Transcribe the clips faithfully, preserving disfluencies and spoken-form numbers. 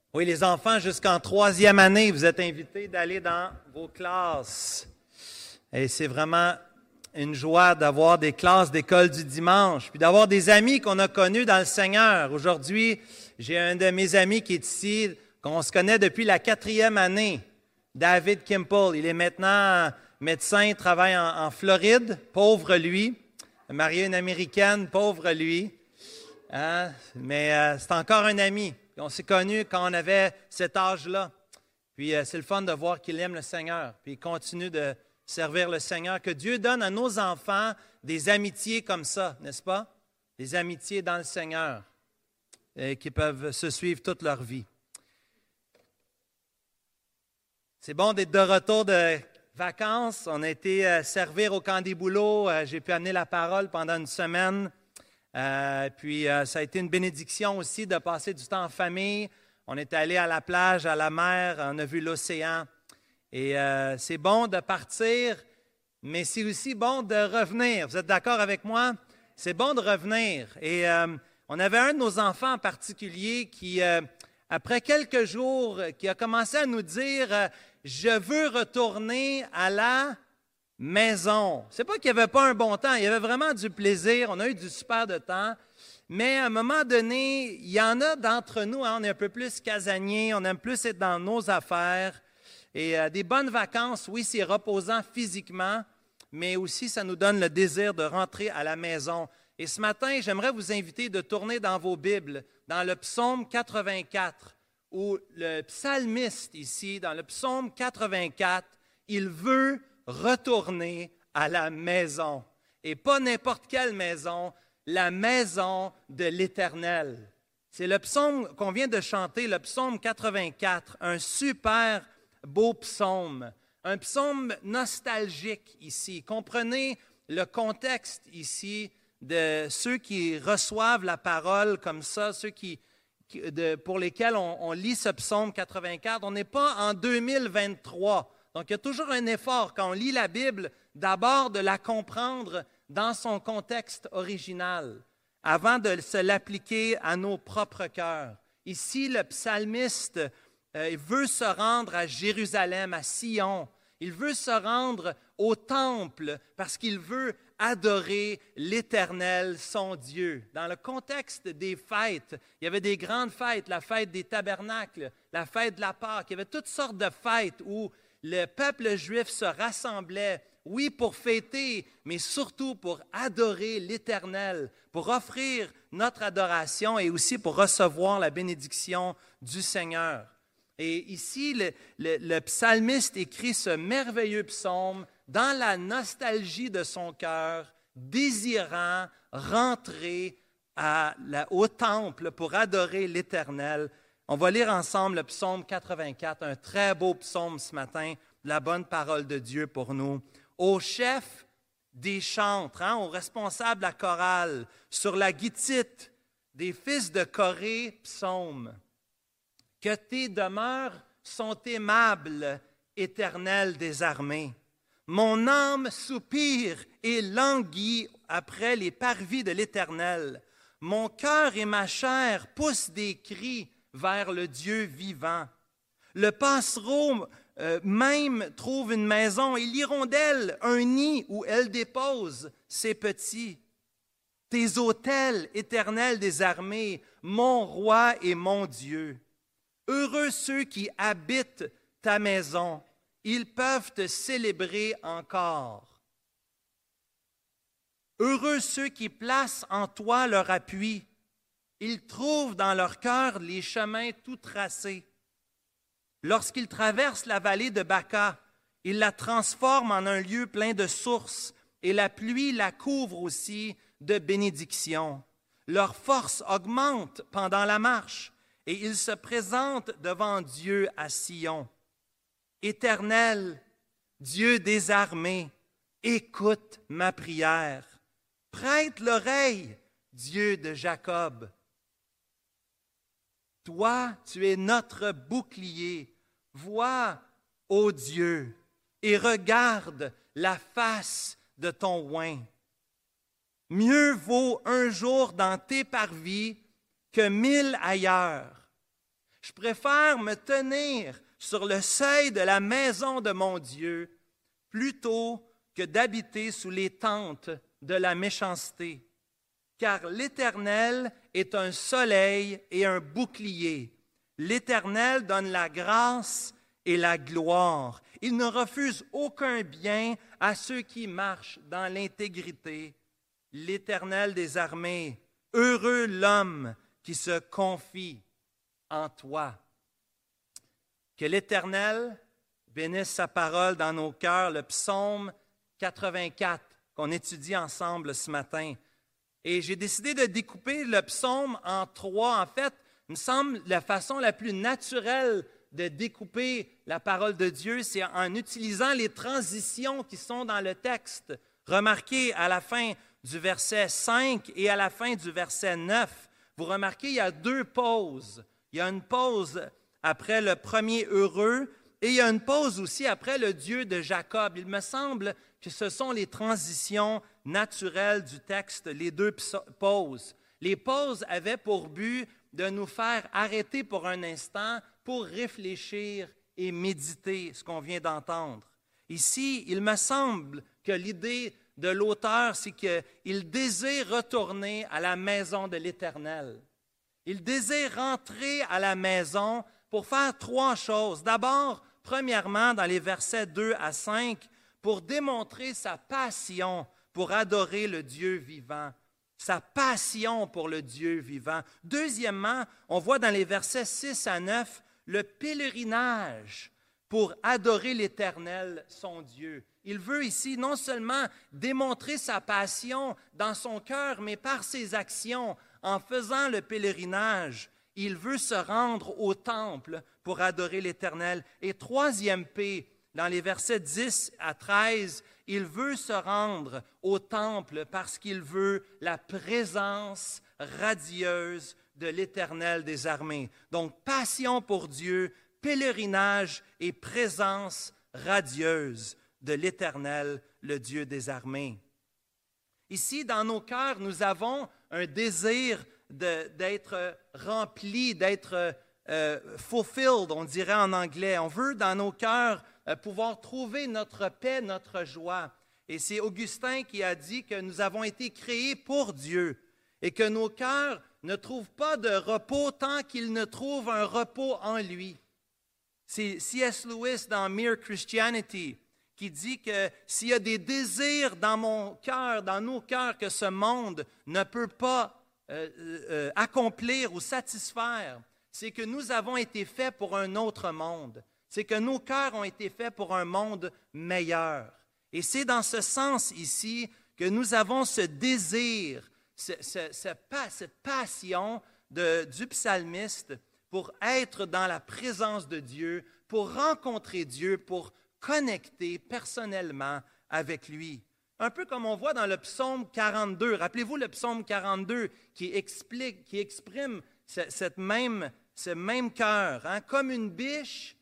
Oui, les enfants, jusqu'en troisième année, vous êtes invités d'aller dans vos classes. Et c'est vraiment une joie d'avoir des classes d'école du dimanche, puis d'avoir des amis qu'on a connus dans le Seigneur. Aujourd'hui, j'ai un de mes amis qui est ici, qu'on se connaît depuis la quatrième année, David Kimple. Il est maintenant médecin, travaille en, en Floride, pauvre lui, marié à une Américaine, pauvre lui. Hein? Mais euh, c'est encore un ami. On s'est connus quand on avait cet âge-là. Puis euh, c'est le fun de voir qu'il aime le Seigneur. Puis il continue de servir le Seigneur. Que Dieu donne à nos enfants des amitiés comme ça, n'est-ce pas? Des amitiés dans le Seigneur et qui peuvent se suivre toute leur vie. C'est bon d'être de retour de vacances. On a été euh, servir au camp des bouleaux. Euh, j'ai pu amener la parole pendant une semaine. Euh, puis euh, ça a été une bénédiction aussi de passer du temps en famille. On est allé à la plage, à la mer, on a vu l'océan. Et euh, c'est bon de partir, mais c'est aussi bon de revenir. Vous êtes d'accord avec moi? C'est bon de revenir. Et euh, on avait un de nos enfants en particulier qui, euh, après quelques jours, qui a commencé à nous dire euh, « Je veux retourner à la... » maison. C'est pas qu'il n'y avait pas un bon temps, il y avait vraiment du plaisir, on a eu du super de temps, mais à un moment donné, il y en a d'entre nous, hein, on est un peu plus casaniers, on aime plus être dans nos affaires, et euh, des bonnes vacances, oui, c'est reposant physiquement, mais aussi ça nous donne le désir de rentrer à la maison. Et ce matin, j'aimerais vous inviter de tourner dans vos Bibles, dans le psaume quatre-vingt-quatre, où le psalmiste ici, dans le psaume quatre-vingt-quatre, il veut retourner à la maison. Et pas n'importe quelle maison, la maison de l'Éternel. C'est le psaume qu'on vient de chanter, le psaume quatre-vingt-quatre, un super beau psaume, un psaume nostalgique ici. Comprenez le contexte ici de ceux qui reçoivent la parole comme ça, ceux qui, qui, de, pour lesquels on, on lit ce psaume quatre-vingt-quatre. On n'est pas en deux mille vingt-trois. Donc, il y a toujours un effort quand on lit la Bible, d'abord de la comprendre dans son contexte original, avant de se l'appliquer à nos propres cœurs. Ici, le psalmiste euh, veut se rendre à Jérusalem, à Sion. Il veut se rendre au temple parce qu'il veut adorer l'Éternel, son Dieu. Dans le contexte des fêtes, il y avait des grandes fêtes, la fête des tabernacles, la fête de la Pâque. Il y avait toutes sortes de fêtes où le peuple juif se rassemblait, oui, pour fêter, mais surtout pour adorer l'Éternel, pour offrir notre adoration et aussi pour recevoir la bénédiction du Seigneur. Et ici, le, le, le psalmiste écrit ce merveilleux psaume dans la nostalgie de son cœur, désirant rentrer à la, au temple pour adorer l'Éternel. On va lire ensemble le psaume quatre-vingt-quatre, un très beau psaume ce matin, la bonne parole de Dieu pour nous. Au chef des chantres, hein, au responsable de la chorale, sur la guitite des fils de Corée, psaume. Que tes demeures sont aimables, Éternel des armées. Mon âme soupire et languit après les parvis de l'Éternel. Mon cœur et ma chair poussent des cris vers le Dieu vivant. Le passereau euh, même trouve une maison et l'hirondelle un nid où elle dépose ses petits. Tes autels, Éternel des armées, mon roi et mon Dieu. Heureux ceux qui habitent ta maison, ils peuvent te célébrer encore. Heureux ceux qui placent en toi leur appui. Ils trouvent dans leur cœur les chemins tout tracés. Lorsqu'ils traversent la vallée de Baca, ils la transforment en un lieu plein de sources et la pluie la couvre aussi de bénédictions. Leur force augmente pendant la marche et ils se présentent devant Dieu à Sion. Éternel, Dieu des armées, écoute ma prière. Prête l'oreille, Dieu de Jacob. Toi, tu es notre bouclier. Vois, ô Dieu, et regarde la face de ton oint. Mieux vaut un jour dans tes parvis que mille ailleurs. Je préfère me tenir sur le seuil de la maison de mon Dieu plutôt que d'habiter sous les tentes de la méchanceté. Car l'Éternel est un soleil et un bouclier. L'Éternel donne la grâce et la gloire. Il ne refuse aucun bien à ceux qui marchent dans l'intégrité. L'Éternel des armées, heureux l'homme qui se confie en toi. Que l'Éternel bénisse sa parole dans nos cœurs, le psaume quatre-vingt-quatre qu'on étudie ensemble ce matin. Et j'ai décidé de découper le psaume en trois. En fait, il me semble la façon la plus naturelle de découper la parole de Dieu, c'est en utilisant les transitions qui sont dans le texte. Remarquez à la fin du verset cinq et à la fin du verset neuf, vous remarquez, il y a deux pauses. Il y a une pause après le premier heureux et il y a une pause aussi après le Dieu de Jacob. Il me semble que ce sont les transitions naturelles du texte, les deux pauses. Les pauses avaient pour but de nous faire arrêter pour un instant pour réfléchir et méditer ce qu'on vient d'entendre. Ici, il me semble que l'idée de l'auteur, c'est qu'il désire retourner à la maison de l'Éternel. Il désire rentrer à la maison pour faire trois choses. D'abord, premièrement, dans les versets deux à cinq, pour démontrer sa passion pour adorer le Dieu vivant. Sa passion pour le Dieu vivant. Deuxièmement, on voit dans les versets six à neuf le pèlerinage pour adorer l'Éternel, son Dieu. Il veut ici non seulement démontrer sa passion dans son cœur, mais par ses actions. En faisant le pèlerinage, il veut se rendre au temple pour adorer l'Éternel. Et troisième P, dans les versets dix à treize, il veut se rendre au temple parce qu'il veut la présence radieuse de l'Éternel des armées. Donc, passion pour Dieu, pèlerinage et présence radieuse de l'Éternel, le Dieu des armées. Ici, dans nos cœurs, nous avons un désir de, d'être remplis, d'être euh, fulfilled, on dirait en anglais. On veut, dans nos cœurs, euh, pouvoir trouver notre paix, notre joie. Et c'est Augustin qui a dit que nous avons été créés pour Dieu et que nos cœurs ne trouvent pas de repos tant qu'ils ne trouvent un repos en lui. C'est C S Lewis dans Mere Christianity qui dit que s'il y a des désirs dans mon cœur, dans nos cœurs, que ce monde ne peut pas euh, euh, accomplir ou satisfaire, c'est que nous avons été faits pour un autre monde. C'est que nos cœurs ont été faits pour un monde meilleur. Et c'est dans ce sens ici que nous avons ce désir, ce, ce, ce, cette passion de, du psalmiste pour être dans la présence de Dieu, pour rencontrer Dieu, pour connecter personnellement avec lui. Un peu comme on voit dans le psaume quarante-deux. Rappelez-vous le psaume quarante-deux qui explique, qui exprime ce, cette même, ce même cœur. Hein? Comme une biche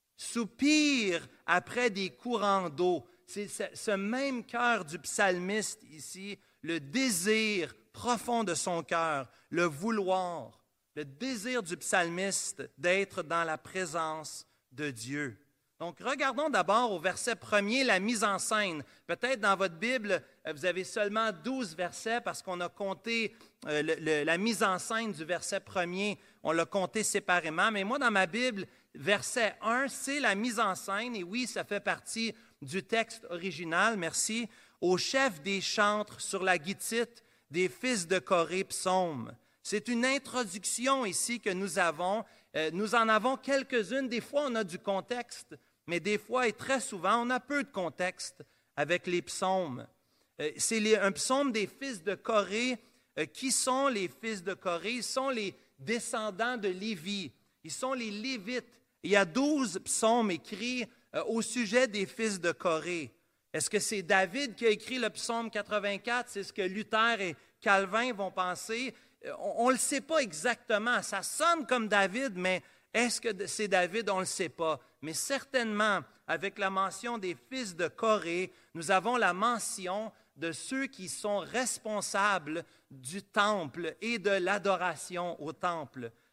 soupire après des courants d'eau. C'est ce, ce même cœur du psalmiste ici, le désir profond de son cœur, le vouloir, le désir du psalmiste d'être dans la présence de Dieu. Donc, regardons d'abord au verset premier, la mise en scène. Peut-être dans votre Bible, vous avez seulement douze versets parce qu'on a compté euh, le, le, la mise en scène du verset premier, on l'a compté séparément. Mais moi, dans ma Bible, verset un, c'est la mise en scène. Et oui, ça fait partie du texte original, merci. Au chef des chantres sur la guitite des fils de Corée, psaume. C'est une introduction ici que nous avons. Euh, nous en avons quelques-unes. Des fois, on a du contexte, mais des fois et très souvent, on a peu de contexte avec les psaumes. Euh, c'est les, un psaume des fils de Corée. Euh, qui sont les fils de Corée? Ils sont les descendants de Lévi. Ils sont les Lévites. Il y a douze psaumes écrits euh, au sujet des fils de Corée. Est-ce que c'est David qui a écrit le psaume quatre-vingt-quatre? C'est ce que Luther et Calvin vont penser. On ne le sait pas exactement. Ça sonne comme David, mais est-ce que c'est David? On ne le sait pas. Mais certainement, avec la mention des fils de Corée, nous avons la mention de ceux qui sont responsables du temple et de l'adoration au temple.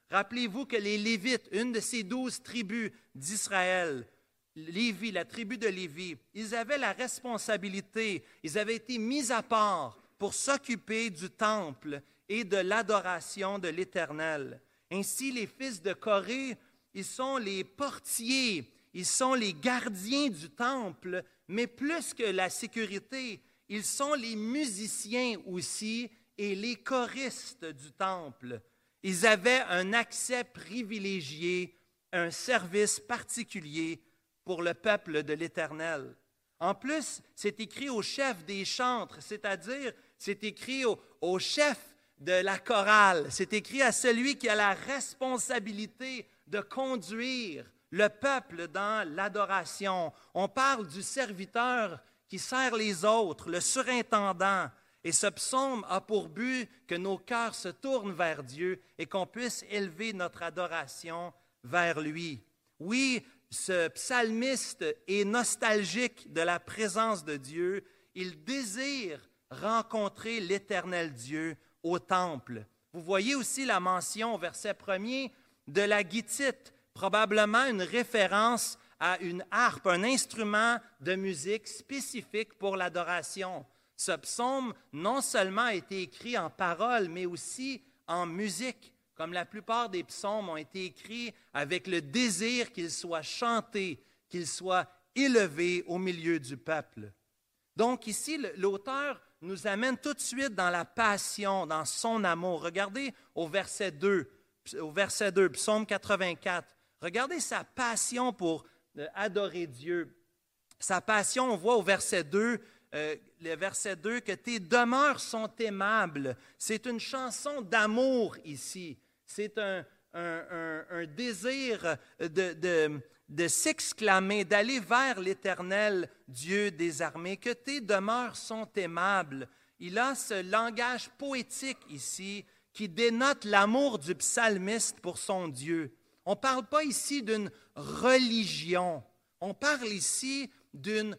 Rappelez-vous que les Lévites, une de ces douze tribus d'Israël, Lévi, la tribu de Lévi, ils avaient la responsabilité, ils avaient été mis à part pour s'occuper du temple et de l'adoration de l'Éternel. Ainsi, les fils de Corée, ils sont les portiers, ils sont les gardiens du temple, mais plus que la sécurité, ils sont les musiciens aussi et les choristes du temple. Ils avaient un accès privilégié, un service particulier pour le peuple de l'Éternel. En plus, c'est écrit au chef des chantres, c'est-à-dire c'est écrit au, au chef de la chorale, c'est écrit à celui qui a la responsabilité de conduire le peuple dans l'adoration. On parle du serviteur qui sert les autres, le surintendant. Et ce psaume a pour but que nos cœurs se tournent vers Dieu et qu'on puisse élever notre adoration vers lui. Oui, ce psalmiste est nostalgique de la présence de Dieu. Il désire rencontrer l'Éternel Dieu au temple. Vous voyez aussi la mention au verset premier de la guitite, probablement une référence à une harpe, un instrument de musique spécifique pour l'adoration. Ce psaume, non seulement a été écrit en paroles, mais aussi en musique, comme la plupart des psaumes ont été écrits avec le désir qu'ils soient chantés, qu'ils soient élevés au milieu du peuple. Donc ici, l'auteur nous amène tout de suite dans la passion, dans son amour. Regardez au verset deux, au verset deux, psaume quatre-vingt-quatre. Regardez sa passion pour adorer Dieu. Sa passion, on voit au verset deux, Euh, le verset deux, que tes demeures sont aimables. C'est une chanson d'amour ici. C'est un, un, un, un désir de, de, de s'exclamer, d'aller vers l'Éternel, Dieu des armées, que tes demeures sont aimables. Il a ce langage poétique ici qui dénote l'amour du psalmiste pour son Dieu. On ne parle pas ici d'une religion. On parle ici d'une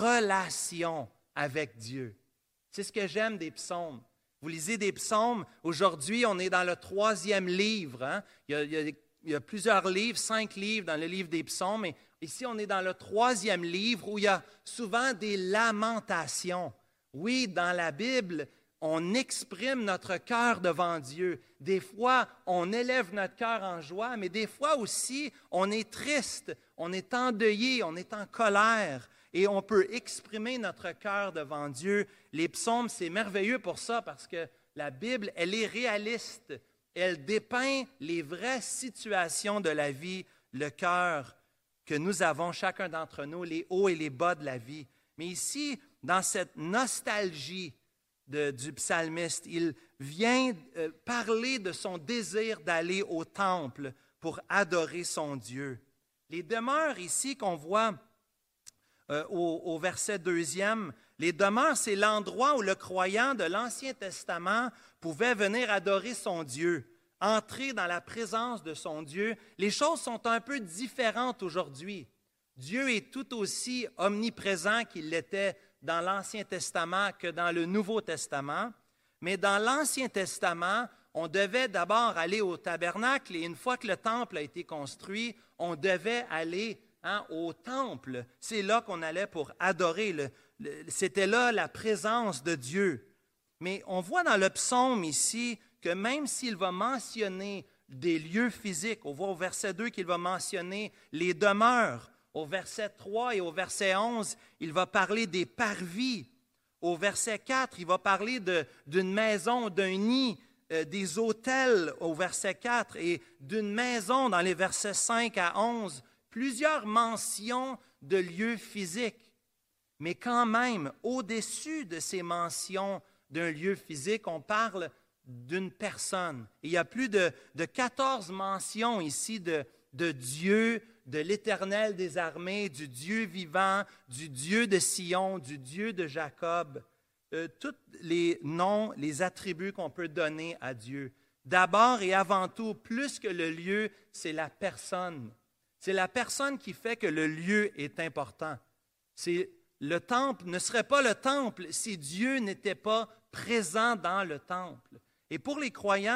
relation avec Dieu. C'est ce que j'aime des psaumes. Vous lisez des psaumes, aujourd'hui on est dans le troisième livre. Hein? Il, y a, il, y a, il y a plusieurs livres, cinq livres dans le livre des psaumes, et ici on est dans le troisième livre où il y a souvent des lamentations. Oui, dans la Bible, on exprime notre cœur devant Dieu. Des fois, on élève notre cœur en joie, mais des fois aussi, on est triste, on est endeuillé, on est en colère. Et on peut exprimer notre cœur devant Dieu. Les psaumes, c'est merveilleux pour ça parce que la Bible, elle est réaliste. Elle dépeint les vraies situations de la vie, le cœur que nous avons, chacun d'entre nous, les hauts et les bas de la vie. Mais ici, dans cette nostalgie de, du psalmiste, il vient euh, parler de son désir d'aller au temple pour adorer son Dieu. Les demeures ici qu'on voit Euh, au, au verset deuxième, les demeures, c'est l'endroit où le croyant de l'Ancien Testament pouvait venir adorer son Dieu, entrer dans la présence de son Dieu. Les choses sont un peu différentes aujourd'hui. Dieu est tout aussi omniprésent qu'il l'était dans l'Ancien Testament que dans le Nouveau Testament. Mais dans l'Ancien Testament, on devait d'abord aller au tabernacle et une fois que le temple a été construit, on devait aller Hein, au temple. C'est là qu'on allait pour adorer. Le, le, c'était là la présence de Dieu. Mais on voit dans le psaume ici que même s'il va mentionner des lieux physiques, on voit au verset deux qu'il va mentionner les demeures. Au verset trois et au verset onze, il va parler des parvis. Au verset quatre, il va parler de, d'une maison, d'un nid, euh, des autels au verset quatre et d'une maison dans les versets cinq à onze. Plusieurs mentions de lieux physiques, mais quand même, au-dessus de ces mentions d'un lieu physique, on parle d'une personne. Et il y a plus de, de quatorze mentions ici de, de Dieu, de l'Éternel des armées, du Dieu vivant, du Dieu de Sion, du Dieu de Jacob. Euh, tous les noms, les attributs qu'on peut donner à Dieu. D'abord et avant tout, plus que le lieu, c'est la personne. C'est la personne qui fait que le lieu est important. C'est, le temple ne serait pas le temple si Dieu n'était pas présent dans le temple. Et pour les croyants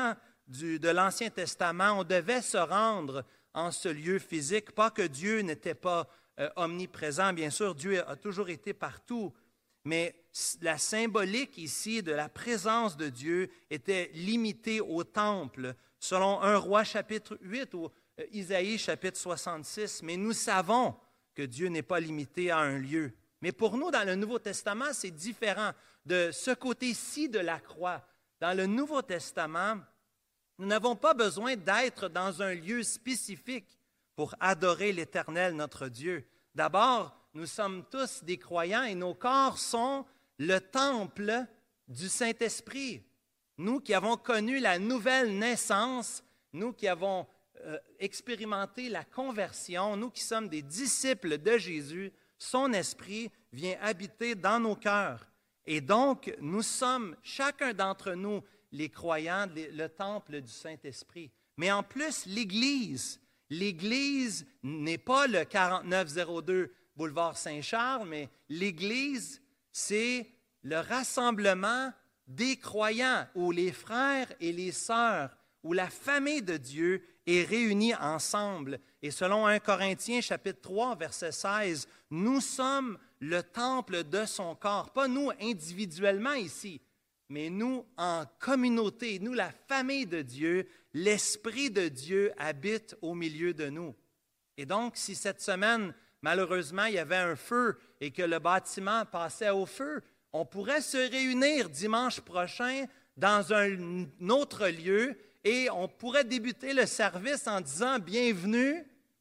du, de l'Ancien Testament, on devait se rendre en ce lieu physique. Pas que Dieu n'était pas euh, omniprésent, bien sûr, Dieu a toujours été partout, mais la symbolique ici de la présence de Dieu était limitée au temple, selon un Roi chapitre huit ou euh, Isaïe chapitre soixante-six. Mais nous savons que Dieu n'est pas limité à un lieu. Mais pour nous, dans le Nouveau Testament, c'est différent. De ce côté-ci de la croix, dans le Nouveau Testament, nous n'avons pas besoin d'être dans un lieu spécifique pour adorer l'Éternel, notre Dieu. D'abord, nous sommes tous des croyants et nos corps sont le temple du Saint-Esprit. Nous qui avons connu la nouvelle naissance, nous qui avons euh, expérimenté la conversion, nous qui sommes des disciples de Jésus, son Esprit vient habiter dans nos cœurs. Et donc, nous sommes, chacun d'entre nous, les croyants, le temple du Saint-Esprit. Mais en plus, l'Église, l'Église n'est pas le quarante-neuf zéro deux boulevard Saint-Charles, mais l'Église, c'est le rassemblement des croyants, où les frères et les sœurs, où la famille de Dieu est réunie ensemble. Et selon un Corinthiens chapitre trois, verset seize, nous sommes le temple de son corps, pas nous individuellement ici, mais nous en communauté, nous la famille de Dieu, l'Esprit de Dieu habite au milieu de nous. Et donc, si cette semaine, malheureusement, il y avait un feu et que le bâtiment passait au feu, on pourrait se réunir dimanche prochain dans un autre lieu et on pourrait débuter le service en disant « Bienvenue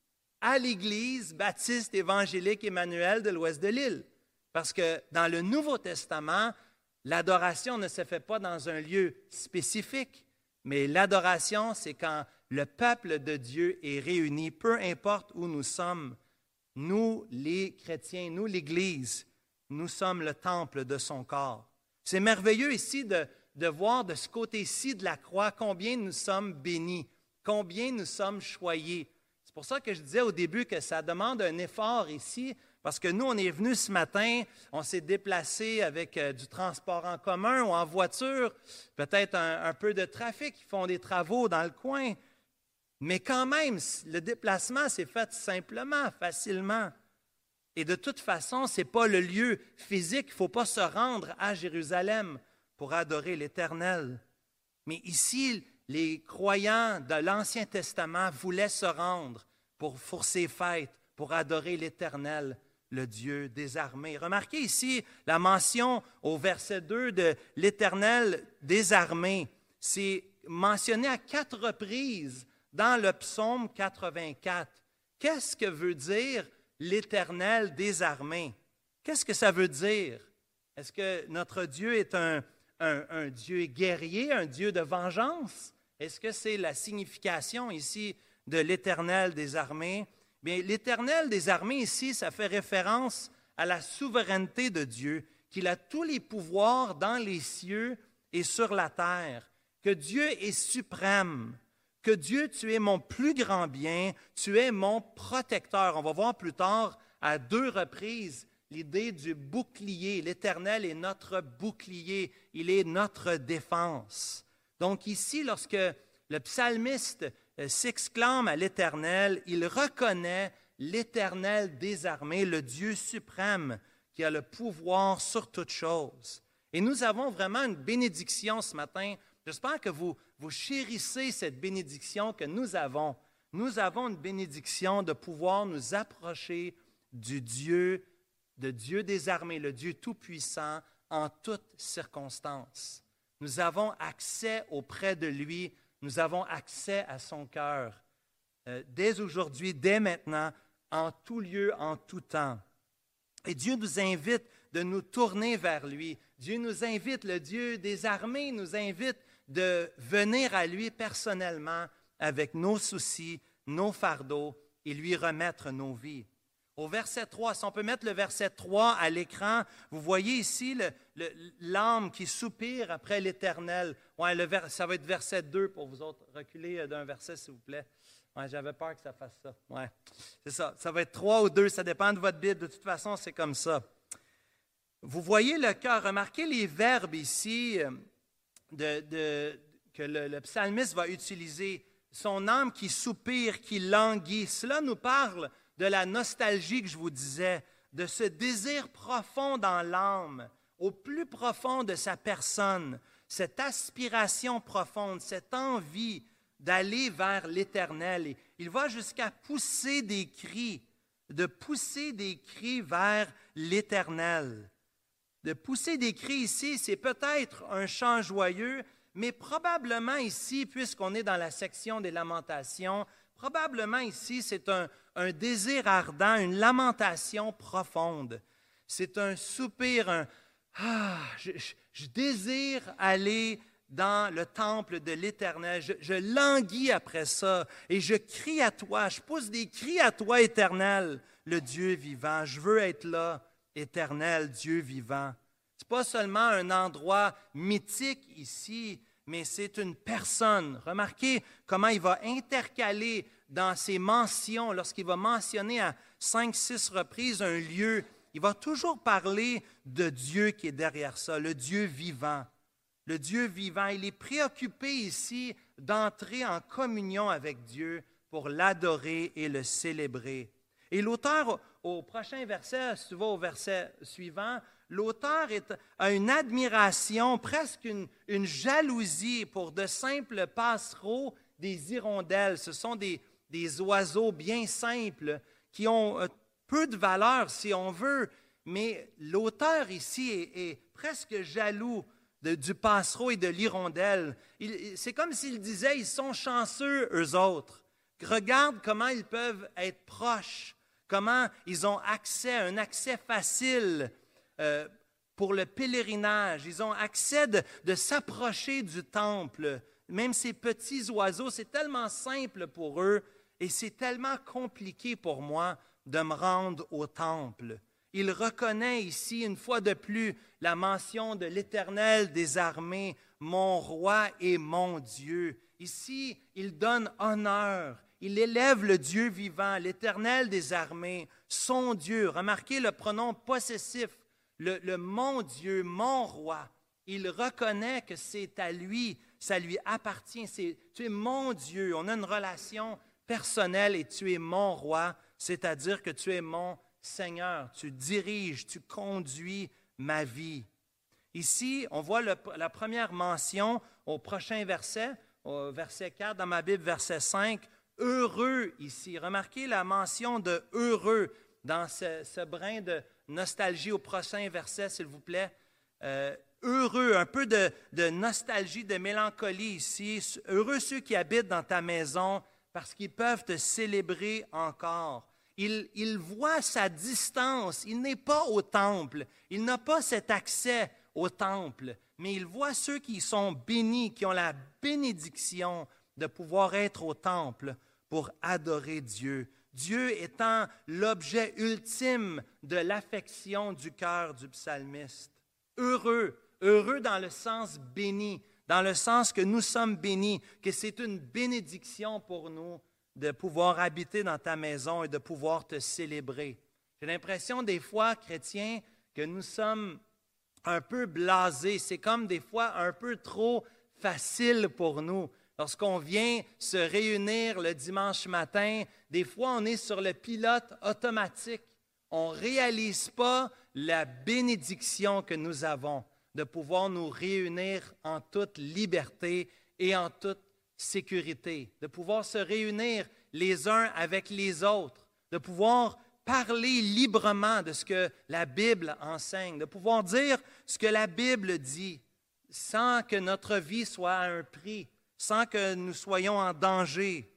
à l'Église baptiste évangélique Emmanuel de l'Ouest de l'île ». Parce que dans le Nouveau Testament, l'adoration ne se fait pas dans un lieu spécifique, mais l'adoration, c'est quand le peuple de Dieu est réuni, peu importe où nous sommes. Nous, les chrétiens, nous, l'Église, nous sommes le temple de son corps. C'est merveilleux ici de, de voir de ce côté-ci de la croix combien nous sommes bénis, combien nous sommes choyés. C'est pour ça que je disais au début que ça demande un effort ici, parce que nous, on est venus ce matin, on s'est déplacés avec euh, du transport en commun ou en voiture, peut-être un, un peu de trafic, ils font des travaux dans le coin. Mais quand même, le déplacement s'est fait simplement, facilement. Et de toute façon, ce n'est pas le lieu physique, il ne faut pas se rendre à Jérusalem pour adorer l'Éternel. Mais ici, les croyants de l'Ancien Testament voulaient se rendre pour, pour ces fêtes, pour adorer l'Éternel, le Dieu des armées. Remarquez ici la mention au verset deux de l'Éternel des armées. C'est mentionné à quatre reprises dans le psaume quatre-vingt-quatre. Qu'est-ce que veut dire l'Éternel des armées? Qu'est-ce que ça veut dire? Est-ce que notre Dieu est un, un, un Dieu guerrier, un Dieu de vengeance? Est-ce que c'est la signification ici de l'Éternel des armées? Bien, l'Éternel des armées ici, ça fait référence à la souveraineté de Dieu, qu'il a tous les pouvoirs dans les cieux et sur la terre, que Dieu est suprême, que Dieu, tu es mon plus grand bien, tu es mon protecteur. On va voir plus tard, à deux reprises, l'idée du bouclier. L'Éternel est notre bouclier, il est notre défense. Donc ici, lorsque le psalmiste s'exclame à l'Éternel, il reconnaît l'Éternel des armées, le Dieu suprême qui a le pouvoir sur toutes choses. Et nous avons vraiment une bénédiction ce matin. J'espère que vous, vous chérissez cette bénédiction que nous avons. Nous avons une bénédiction de pouvoir nous approcher du Dieu, de Dieu des armées, le Dieu tout-puissant en toutes circonstances. Nous avons accès auprès de lui, nous avons accès à son cœur, euh, dès aujourd'hui, dès maintenant, en tout lieu, en tout temps. Et Dieu nous invite de nous tourner vers lui. Dieu nous invite, le Dieu des armées nous invite de venir à lui personnellement avec nos soucis, nos fardeaux et lui remettre nos vies. Au verset trois, si on peut mettre le verset trois à l'écran, vous voyez ici le, le, l'âme qui soupire après l'Éternel. Ouais, le vers, ça va être verset deux pour vous autres. Reculez d'un verset, s'il vous plaît. Ouais, j'avais peur que ça fasse ça. Ouais, c'est ça. Ça va être trois ou deux, ça dépend de votre Bible. De toute façon, c'est comme ça. Vous voyez le cœur. Remarquez les verbes ici de, de, que le, le psalmiste va utiliser, son âme qui soupire, qui languit. Cela nous parle de la nostalgie que je vous disais, de ce désir profond dans l'âme, au plus profond de sa personne, cette aspiration profonde, cette envie d'aller vers l'Éternel. Et il va jusqu'à pousser des cris, de pousser des cris vers l'Éternel. De pousser des cris ici, c'est peut-être un chant joyeux, mais probablement ici, puisqu'on est dans la section des lamentations, probablement ici, c'est un, un désir ardent, une lamentation profonde. C'est un soupir, un « Ah, je, je, je désire aller dans le temple de l'Éternel. Je, je languis après ça et je crie à toi. Je pousse des cris à toi, Éternel, le Dieu vivant. Je veux être là, Éternel, Dieu vivant. » Ce n'est pas seulement un endroit mythique ici, mais c'est une personne. Remarquez comment il va intercaler dans ses mentions, lorsqu'il va mentionner à cinq, six reprises un lieu, il va toujours parler de Dieu qui est derrière ça, le Dieu vivant. Le Dieu vivant, il est préoccupé ici d'entrer en communion avec Dieu pour l'adorer et le célébrer. Et l'auteur, au prochain verset, si tu vas au verset suivant, l'auteur est, a une admiration, presque une, une jalousie pour de simples passereaux des hirondelles. Ce sont des, des oiseaux bien simples qui ont euh, peu de valeur, si on veut, mais l'auteur ici est, est presque jaloux de, du passereau et de l'hirondelle. Il, c'est comme s'il disait, ils sont chanceux, eux autres. Regarde comment ils peuvent être proches, comment ils ont accès, un accès facile euh, pour le pèlerinage. Ils ont accès de, de s'approcher du temple. Même ces petits oiseaux, c'est tellement simple pour eux et c'est tellement compliqué pour moi de me rendre au temple. Il reconnaît ici, une fois de plus, la mention de l'Éternel des armées, mon roi et mon Dieu. Ici, il donne honneur, il élève le Dieu vivant, l'Éternel des armées, son Dieu. Remarquez le pronom possessif, le, le mon Dieu, mon roi. Il reconnaît que c'est à lui, ça lui appartient. C'est, tu es mon Dieu, on a une relation personnelle et tu es mon roi. C'est-à-dire que tu es mon Seigneur, tu diriges, tu conduis ma vie. Ici, on voit le, la première mention au prochain verset, au verset quatre, dans ma Bible, verset cinq, heureux ici. Remarquez la mention de heureux dans ce, ce brin de nostalgie au prochain verset, s'il vous plaît. Euh, heureux, un peu de, de nostalgie, de mélancolie ici. Heureux ceux qui habitent dans ta maison, parce qu'ils peuvent te célébrer encore. Il, il voit sa distance, il n'est pas au temple, il n'a pas cet accès au temple, mais il voit ceux qui sont bénis, qui ont la bénédiction de pouvoir être au temple pour adorer Dieu. Dieu étant l'objet ultime de l'affection du cœur du psalmiste. Heureux, heureux dans le sens béni, dans le sens que nous sommes bénis, que c'est une bénédiction pour nous de pouvoir habiter dans ta maison et de pouvoir te célébrer. J'ai l'impression des fois, chrétiens, que nous sommes un peu blasés. C'est comme des fois un peu trop facile pour nous. Lorsqu'on vient se réunir le dimanche matin, des fois on est sur le pilote automatique. On ne réalise pas la bénédiction que nous avons de pouvoir nous réunir en toute liberté et en toute sécurité, de pouvoir se réunir les uns avec les autres, de pouvoir parler librement de ce que la Bible enseigne, de pouvoir dire ce que la Bible dit, sans que notre vie soit à un prix, sans que nous soyons en danger.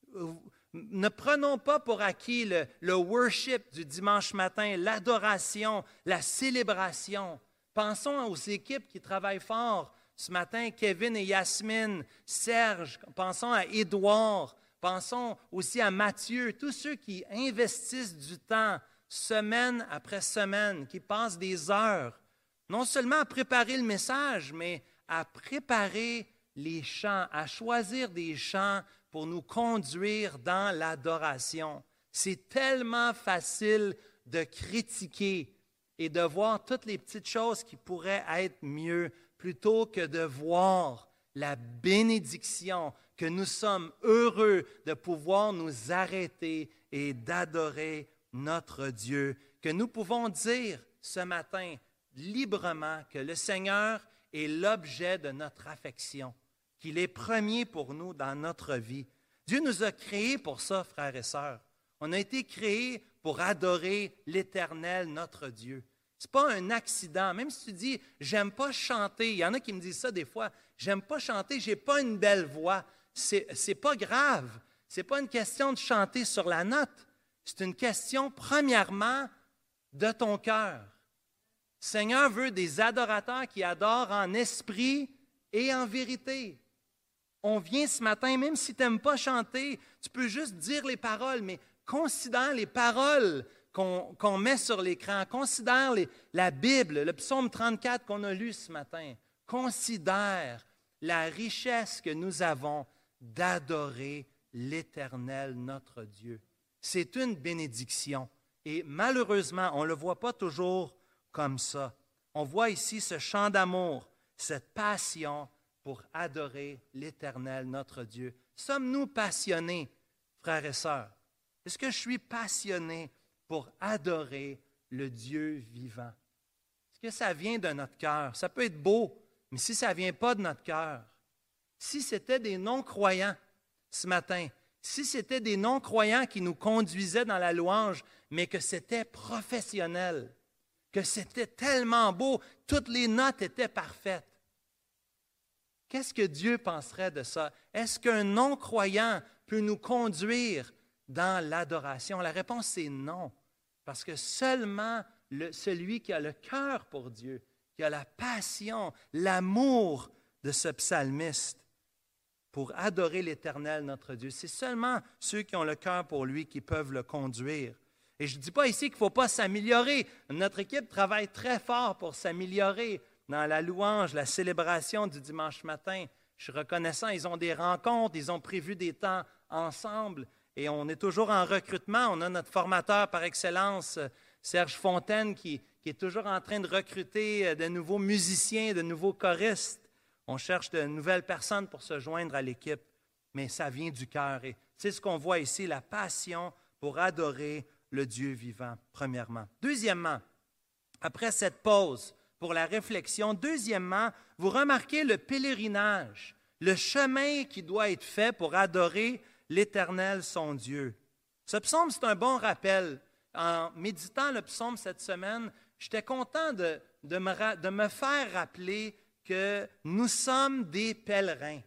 Ne prenons pas pour acquis le, le worship du dimanche matin, l'adoration, la célébration. Pensons aux équipes qui travaillent fort ce matin, Kevin et Yasmine, Serge, pensons à Édouard, pensons aussi à Mathieu, tous ceux qui investissent du temps, semaine après semaine, qui passent des heures, non seulement à préparer le message, mais à préparer les chants, à choisir des chants pour nous conduire dans l'adoration. C'est tellement facile de critiquer et de voir toutes les petites choses qui pourraient être mieux, plutôt que de voir la bénédiction, que nous sommes heureux de pouvoir nous arrêter et d'adorer notre Dieu, que nous pouvons dire ce matin librement que le Seigneur est l'objet de notre affection, qu'il est premier pour nous dans notre vie. Dieu nous a créés pour ça, frères et sœurs. On a été créés pour adorer l'Éternel, notre Dieu. Ce n'est pas un accident. Même si tu dis « j'aime pas chanter », il y en a qui me disent ça des fois, « j'aime pas chanter, j'ai pas une belle voix ». C'est, c'est pas grave. Ce n'est pas une question de chanter sur la note. C'est une question, premièrement, de ton cœur. Le Seigneur veut des adorateurs qui adorent en esprit et en vérité. On vient ce matin, même si tu n'aimes pas chanter, tu peux juste dire les paroles, mais considère les paroles qu'on, qu'on met sur l'écran. Considère les, la Bible, le psaume trente-quatre qu'on a lu ce matin. Considère la richesse que nous avons d'adorer l'Éternel, notre Dieu. C'est une bénédiction. Et malheureusement, on ne le voit pas toujours comme ça. On voit ici ce chant d'amour, cette passion pour adorer l'Éternel, notre Dieu. Sommes-nous passionnés, frères et sœurs? Est-ce que je suis passionné pour adorer le Dieu vivant? Est-ce que ça vient de notre cœur? Ça peut être beau, mais si ça ne vient pas de notre cœur, si c'était des non-croyants ce matin, si c'était des non-croyants qui nous conduisaient dans la louange, mais que c'était professionnel, que c'était tellement beau, toutes les notes étaient parfaites, qu'est-ce que Dieu penserait de ça? Est-ce qu'un non-croyant peut nous conduire dans l'adoration? La réponse, c'est non, parce que seulement le, celui qui a le cœur pour Dieu, qui a la passion, l'amour de ce psalmiste, pour adorer l'Éternel, notre Dieu. C'est seulement ceux qui ont le cœur pour lui qui peuvent le conduire. Et je ne dis pas ici qu'il ne faut pas s'améliorer. Notre équipe travaille très fort pour s'améliorer dans la louange, la célébration du dimanche matin. Je suis reconnaissant, ils ont des rencontres, ils ont prévu des temps ensemble et on est toujours en recrutement. On a notre formateur par excellence, Serge Fontaine, qui, qui est toujours en train de recruter de nouveaux musiciens, de nouveaux choristes. On cherche de nouvelles personnes pour se joindre à l'équipe, mais ça vient du cœur. Et c'est ce qu'on voit ici, la passion pour adorer le Dieu vivant, premièrement. Deuxièmement, après cette pause pour la réflexion, deuxièmement, vous remarquez le pèlerinage, le chemin qui doit être fait pour adorer l'Éternel, son Dieu. Ce psaume, c'est un bon rappel. En méditant le psaume cette semaine, j'étais content de, de, me, de me faire rappeler que nous sommes des pèlerins.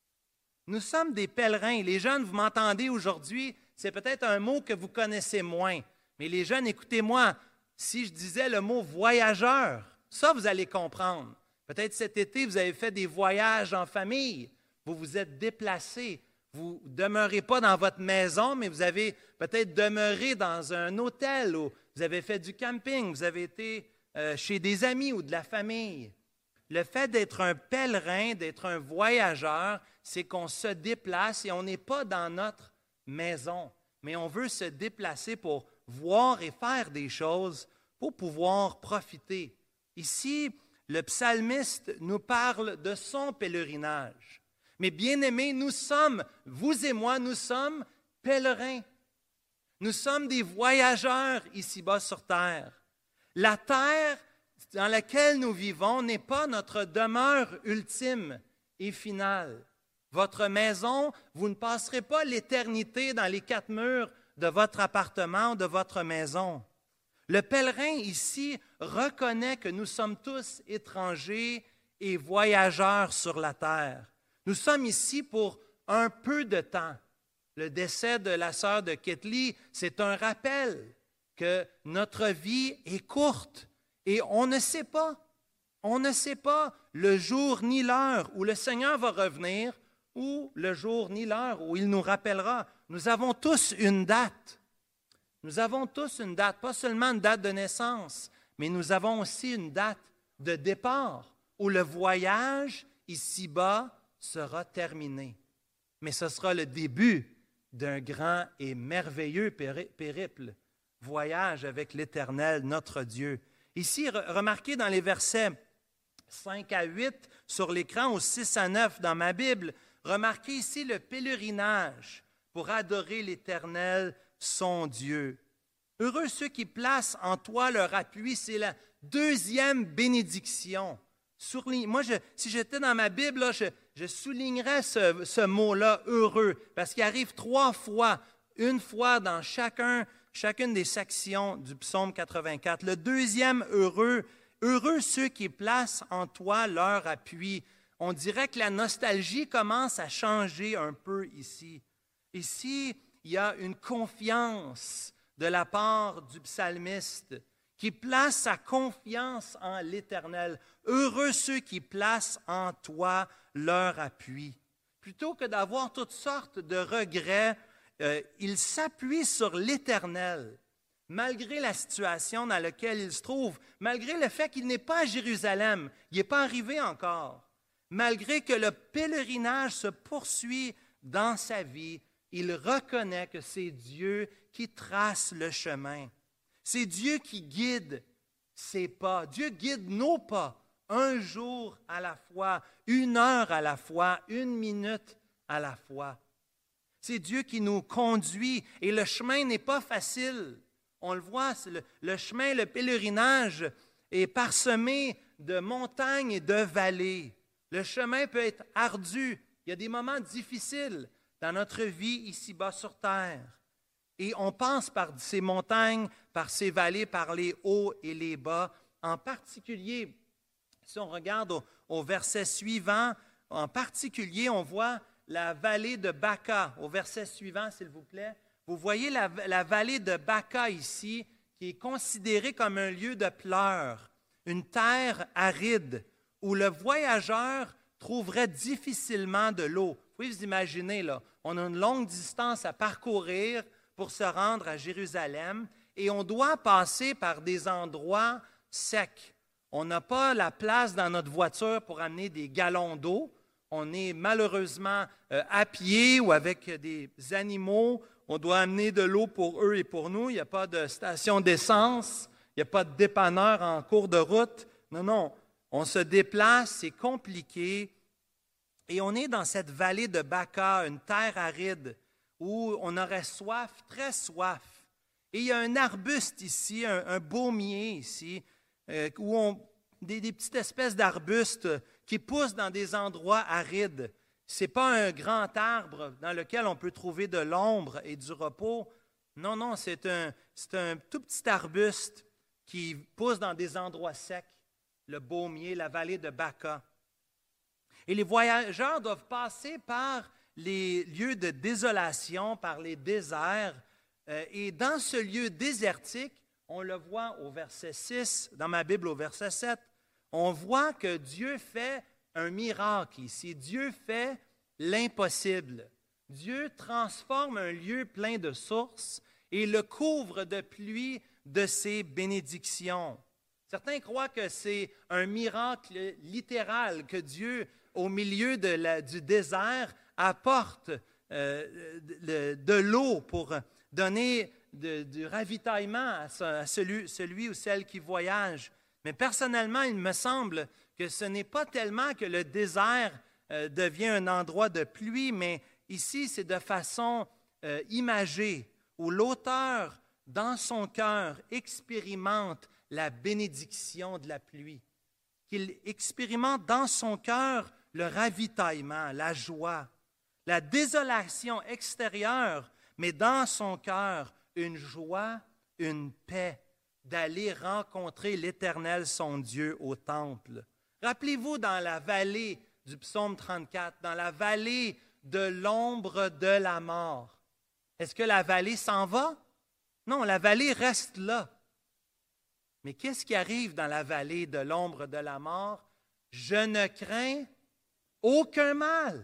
Nous sommes des pèlerins. Les jeunes, vous m'entendez aujourd'hui, c'est peut-être un mot que vous connaissez moins. Mais les jeunes, écoutez-moi, si je disais le mot voyageur, ça, vous allez comprendre. Peut-être cet été, vous avez fait des voyages en famille. Vous vous êtes déplacés. Vous ne demeurez pas dans votre maison, mais vous avez peut-être demeuré dans un hôtel ou vous avez fait du camping, vous avez été euh, chez des amis ou de la famille. Le fait d'être un pèlerin, d'être un voyageur, c'est qu'on se déplace et on n'est pas dans notre maison, mais on veut se déplacer pour voir et faire des choses pour pouvoir profiter. Ici, le psalmiste nous parle de son pèlerinage. Mais bien-aimés, nous sommes, vous et moi, nous sommes pèlerins. Nous sommes des voyageurs ici-bas sur terre. La terre dans laquelle nous vivons n'est pas notre demeure ultime et finale. Votre maison, vous ne passerez pas l'éternité dans les quatre murs de votre appartement ou de votre maison. Le pèlerin ici reconnaît que nous sommes tous étrangers et voyageurs sur la terre. Nous sommes ici pour un peu de temps. Le décès de la sœur de Ketli, c'est un rappel que notre vie est courte. Et on ne sait pas, on ne sait pas le jour ni l'heure où le Seigneur va revenir ou le jour ni l'heure où il nous rappellera. Nous avons tous une date. Nous avons tous une date, pas seulement une date de naissance, mais nous avons aussi une date de départ où le voyage ici-bas sera terminé. Mais ce sera le début d'un grand et merveilleux périple, voyage avec l'Éternel, notre Dieu. Ici, remarquez dans les versets cinq à huit sur l'écran ou six à neuf dans ma Bible. Remarquez ici le pèlerinage pour adorer l'Éternel, son Dieu. Heureux ceux qui placent en toi leur appui, c'est la deuxième bénédiction. Surligne, moi, je, si j'étais dans ma Bible, là, je, je soulignerais ce, ce mot-là, heureux, parce qu'il arrive trois fois, une fois dans chacun, chacune des sections du psaume quatre-vingt-quatre. Le deuxième heureux, heureux ceux qui placent en toi leur appui. On dirait que la nostalgie commence à changer un peu ici. Ici, il y a une confiance de la part du psalmiste qui place sa confiance en l'Éternel. Heureux ceux qui placent en toi leur appui. Plutôt que d'avoir toutes sortes de regrets, euh, il s'appuie sur l'Éternel, malgré la situation dans laquelle il se trouve, malgré le fait qu'il n'est pas à Jérusalem, il n'est pas arrivé encore, malgré que le pèlerinage se poursuit dans sa vie, il reconnaît que c'est Dieu qui trace le chemin. C'est Dieu qui guide ses pas. Dieu guide nos pas, un jour à la fois, une heure à la fois, une minute à la fois. C'est Dieu qui nous conduit et le chemin n'est pas facile. On le voit, c'est le, le chemin, le pèlerinage est parsemé de montagnes et de vallées. Le chemin peut être ardu. Il y a des moments difficiles dans notre vie ici-bas sur terre. Et on passe par ces montagnes, par ces vallées, par les hauts et les bas. En particulier, si on regarde au, au verset suivant, en particulier, on voit la vallée de Baca. Au verset suivant, s'il vous plaît. Vous voyez la, la vallée de Baca ici, qui est considérée comme un lieu de pleurs, une terre aride, où le voyageur trouverait difficilement de l'eau. Vous pouvez vous imaginer, là, on a une longue distance à parcourir pour se rendre à Jérusalem et on doit passer par des endroits secs. On n'a pas la place dans notre voiture pour amener des gallons d'eau. On est malheureusement euh, à pied ou avec des animaux. On doit amener de l'eau pour eux et pour nous. Il n'y a pas de station d'essence. Il n'y a pas de dépanneur en cours de route. Non, non. On se déplace, c'est compliqué. Et on est dans cette vallée de Baca, une terre aride, où on aurait soif, très soif. Et il y a un arbuste ici, un, un baumier ici, euh, où on, des, des petites espèces d'arbustes qui poussent dans des endroits arides. Ce n'est pas un grand arbre dans lequel on peut trouver de l'ombre et du repos. Non, non, c'est un, c'est un tout petit arbuste qui pousse dans des endroits secs, le baumier, la vallée de Baca. Et les voyageurs doivent passer par les lieux de désolation, par les déserts. Euh, et dans ce lieu désertique, on le voit au verset six, dans ma Bible au verset sept, on voit que Dieu fait un miracle ici. Dieu fait l'impossible. Dieu transforme un lieu plein de sources et le couvre de pluie de ses bénédictions. Certains croient que c'est un miracle littéral, que Dieu, au milieu de la, du désert, apporte euh, de, de l'eau pour donner de, du ravitaillement à, ce, à celui, celui ou celle qui voyage. Mais personnellement, il me semble que ce n'est pas tellement que le désert euh, devient un endroit de pluie, mais ici, c'est de façon euh, imagée, où l'auteur, dans son cœur, expérimente la bénédiction de la pluie, qu'il expérimente dans son cœur le ravitaillement, la joie, la désolation extérieure, mais dans son cœur, une joie, une paix d'aller rencontrer l'Éternel, son Dieu, au temple. Rappelez-vous dans la vallée du psaume trente-quatre, dans la vallée de l'ombre de la mort. Est-ce que la vallée s'en va? Non, la vallée reste là. Mais qu'est-ce qui arrive dans la vallée de l'ombre de la mort? Je ne crains aucun mal,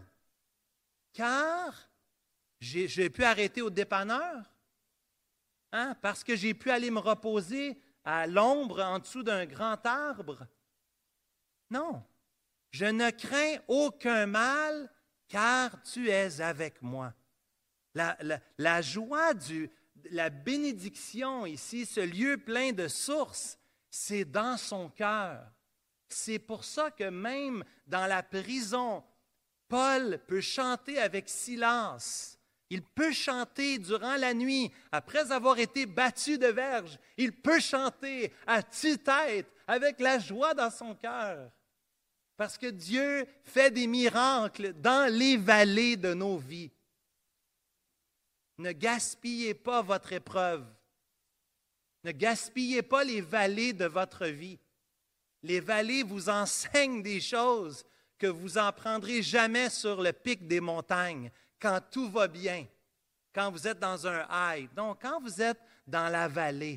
car j'ai, j'ai pu arrêter au dépanneur, hein, parce que j'ai pu aller me reposer à l'ombre en dessous d'un grand arbre. Non, je ne crains aucun mal, car tu es avec moi. La, la, la joie, du, la bénédiction ici, ce lieu plein de sources, c'est dans son cœur. C'est pour ça que même dans la prison, Paul peut chanter avec Silas. Il peut chanter durant la nuit, après avoir été battu de verge. Il peut chanter à tue-tête, avec la joie dans son cœur. Parce que Dieu fait des miracles dans les vallées de nos vies. Ne gaspillez pas votre épreuve. Ne gaspillez pas les vallées de votre vie. Les vallées vous enseignent des choses que vous n'en prendrez jamais sur le pic des montagnes, quand tout va bien, quand vous êtes dans un high. Donc, quand vous êtes dans la vallée,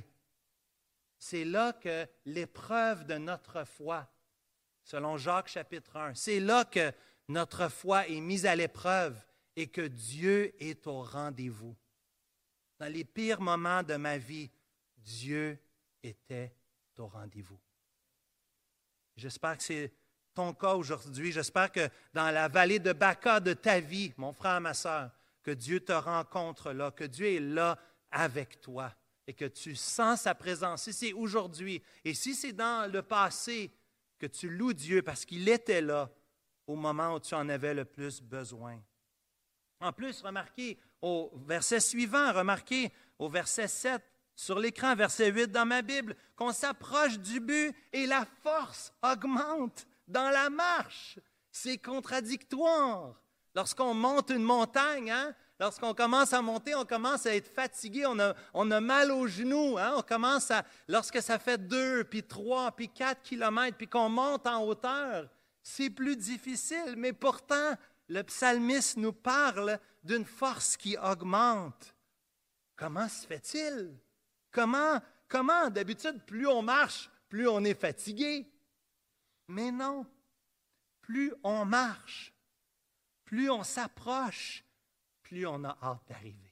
c'est là que l'épreuve de notre foi, selon Jacques chapitre un, c'est là que notre foi est mise à l'épreuve et que Dieu est au rendez-vous. Dans les pires moments de ma vie, Dieu était au rendez-vous. J'espère que c'est ton cas aujourd'hui. J'espère que dans la vallée de Baca de ta vie, mon frère, ma sœur, que Dieu te rencontre là, que Dieu est là avec toi et que tu sens sa présence. Si c'est aujourd'hui et si c'est dans le passé, que tu loues Dieu parce qu'il était là au moment où tu en avais le plus besoin. En plus, remarquez au verset suivant, remarquez au verset sept, sur l'écran, verset huit dans ma Bible, qu'on s'approche du but et la force augmente dans la marche. C'est contradictoire. Lorsqu'on monte une montagne, hein, lorsqu'on commence à monter, on commence à être fatigué, on a, on a mal aux genoux. Hein, on commence à, lorsque ça fait deux, puis trois, puis quatre kilomètres, puis qu'on monte en hauteur, c'est plus difficile. Mais pourtant, le psalmiste nous parle d'une force qui augmente. Comment se fait-il? Comment, comment, d'habitude, plus on marche, plus on est fatigué. Mais non, plus on marche, plus on s'approche, plus on a hâte d'arriver.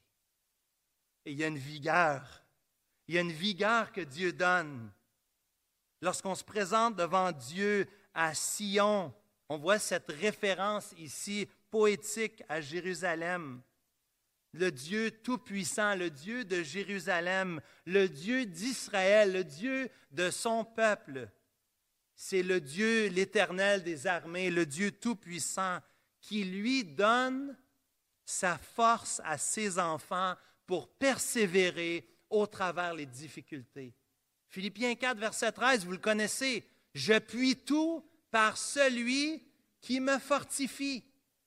Et il y a une vigueur, il y a une vigueur que Dieu donne. Lorsqu'on se présente devant Dieu à Sion, on voit cette référence ici poétique à Jérusalem. Le Dieu tout-puissant, le Dieu de Jérusalem, le Dieu d'Israël, le Dieu de son peuple. C'est le Dieu, l'Éternel des armées, le Dieu tout-puissant, qui lui donne sa force à ses enfants pour persévérer au travers les difficultés. Philippiens quatre, verset treize, vous le connaissez. « Je puis tout par celui qui me fortifie. »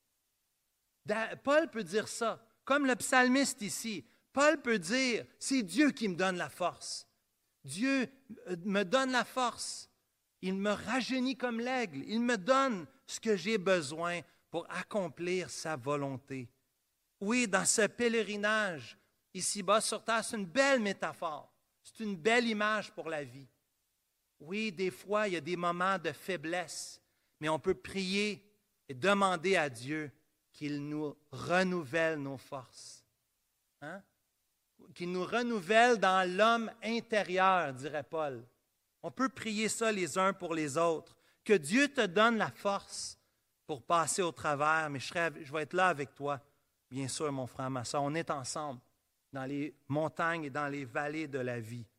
Paul peut dire ça. Comme le psalmiste ici, Paul peut dire, c'est Dieu qui me donne la force. Dieu me donne la force. Il me rajeunit comme l'aigle. Il me donne ce que j'ai besoin pour accomplir sa volonté. Oui, dans ce pèlerinage, ici-bas sur terre, c'est une belle métaphore. C'est une belle image pour la vie. Oui, des fois, il y a des moments de faiblesse, mais on peut prier et demander à Dieu qu'il nous renouvelle nos forces. Hein? Qu'il nous renouvelle dans l'homme intérieur, dirait Paul. On peut prier ça les uns pour les autres. Que Dieu te donne la force pour passer au travers, mais je, serai, je vais être là avec toi, bien sûr, mon frère, ma soeur. On est ensemble dans les montagnes et dans les vallées de la vie.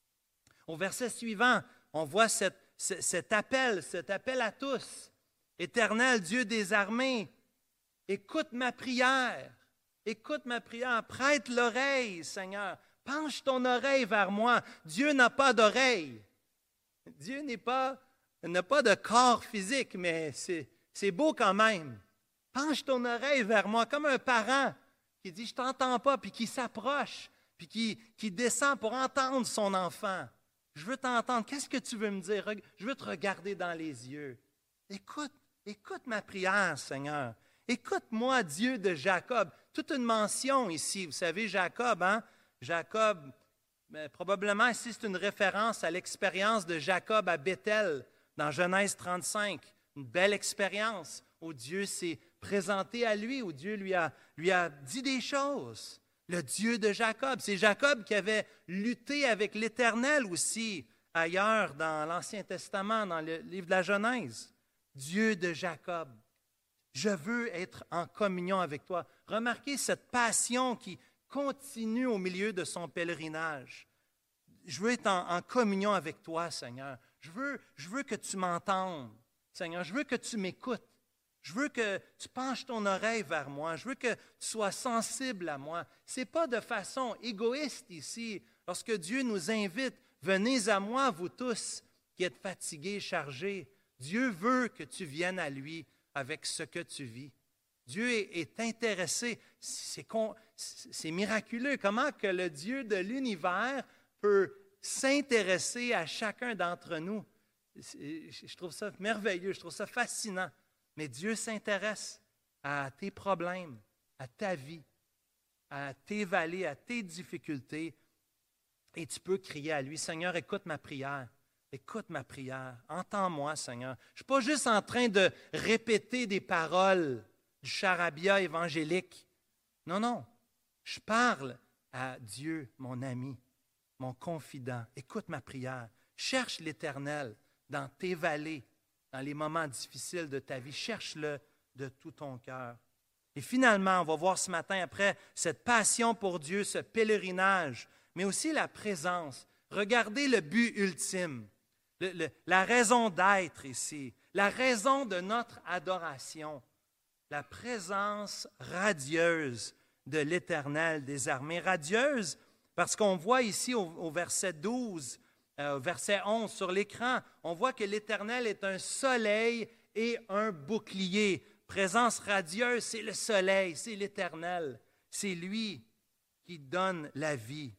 Au verset suivant, on voit cette, cet appel, cet appel à tous. Éternel, Dieu des armées, écoute ma prière, écoute ma prière, prête l'oreille, Seigneur, penche ton oreille vers moi. Dieu n'a pas d'oreille. Dieu n'est pas, n'a pas de corps physique, mais c'est, c'est beau quand même. Penche ton oreille vers moi, comme un parent qui dit « je ne t'entends pas », puis qui s'approche, puis qui, qui descend pour entendre son enfant. Je veux t'entendre. Qu'est-ce que tu veux me dire? Je veux te regarder dans les yeux. Écoute, écoute ma prière, Seigneur. Écoute-moi, Dieu de Jacob. Toute une mention ici. Vous savez, Jacob, hein? Jacob, mais probablement ici, c'est une référence à l'expérience de Jacob à Béthel, dans Genèse trente-cinq. Une belle expérience où Dieu s'est présenté à lui, où Dieu lui a, lui a dit des choses. Le Dieu de Jacob. C'est Jacob qui avait lutté avec l'Éternel aussi, ailleurs dans l'Ancien Testament, dans le livre de la Genèse. Dieu de Jacob. Je veux être en communion avec toi. Remarquez cette passion qui continue au milieu de son pèlerinage. Je veux être en, en communion avec toi, Seigneur. Je veux, je veux que tu m'entendes, Seigneur. Je veux que tu m'écoutes. Je veux que tu penches ton oreille vers moi. Je veux que tu sois sensible à moi. Ce n'est pas de façon égoïste ici. Lorsque Dieu nous invite, venez à moi, vous tous qui êtes fatigués, chargés. Dieu veut que tu viennes à lui avec ce que tu vis. Dieu est, est intéressé. C'est, c'est miraculeux. Comment que le Dieu de l'univers peut s'intéresser à chacun d'entre nous. Je trouve ça merveilleux, je trouve ça fascinant. Mais Dieu s'intéresse à tes problèmes, à ta vie, à tes vallées, à tes difficultés. Et tu peux crier à lui, Seigneur, écoute ma prière. Écoute ma prière. Entends-moi, Seigneur. Je ne suis pas juste en train de répéter des paroles du charabia évangélique. Non, non. Je parle à Dieu, mon ami, mon confident. Écoute ma prière. Cherche l'Éternel dans tes vallées, dans les moments difficiles de ta vie. Cherche-le de tout ton cœur. Et finalement, on va voir ce matin, après cette passion pour Dieu, ce pèlerinage, mais aussi la présence. Regardez le but ultime, le, le, la raison d'être ici, la raison de notre adoration, la présence radieuse de l'Éternel des armées. Radieuse parce qu'on voit ici au, au verset douze, euh, au verset onze sur l'écran, on voit que l'Éternel est un soleil et un bouclier. Présence radieuse, c'est le soleil, c'est l'Éternel. C'est lui qui donne la vie.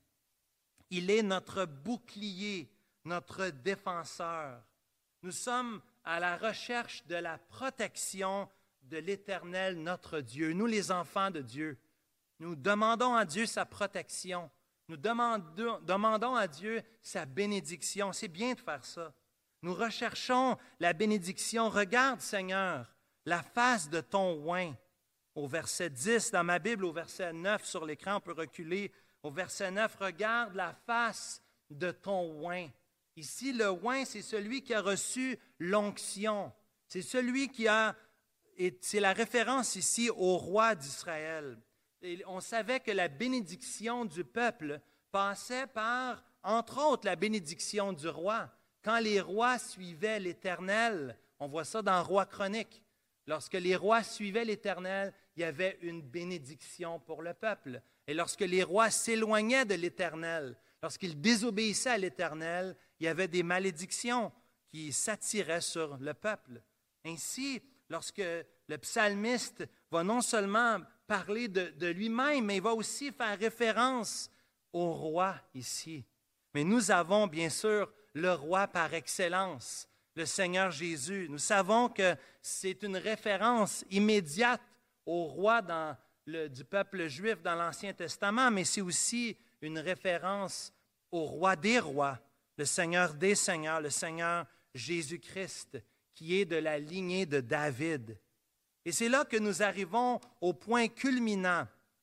Il est notre bouclier, notre défenseur. Nous sommes à la recherche de la protection de l'Éternel, notre Dieu. Nous, les enfants de Dieu, nous demandons à Dieu sa protection. Nous demandons, demandons à Dieu sa bénédiction. C'est bien de faire ça. Nous recherchons la bénédiction. Regarde, Seigneur, la face de ton oint. Au verset dix, dans ma Bible, au verset neuf sur l'écran, on peut reculer. Au verset neuf, regarde la face de ton oint. Ici, le oint, c'est celui qui a reçu l'onction. C'est celui qui a, et c'est la référence ici au roi d'Israël. Et on savait que la bénédiction du peuple passait par, entre autres, la bénédiction du roi. Quand les rois suivaient l'Éternel, on voit ça dans Rois chroniques, lorsque les rois suivaient l'Éternel, il y avait une bénédiction pour le peuple. Et lorsque les rois s'éloignaient de l'Éternel, lorsqu'ils désobéissaient à l'Éternel, il y avait des malédictions qui s'attiraient sur le peuple. Ainsi, lorsque le psalmiste va non seulement parler de, de lui-même, mais il va aussi faire référence au roi ici. Mais nous avons bien sûr le roi par excellence, le Seigneur Jésus. Nous savons que c'est une référence immédiate au roi dans le, du peuple juif dans l'Ancien Testament, mais c'est aussi une référence au roi des rois, le Seigneur des seigneurs, le Seigneur Jésus-Christ, qui est de la lignée de David. Et c'est là que nous arrivons au point culminant,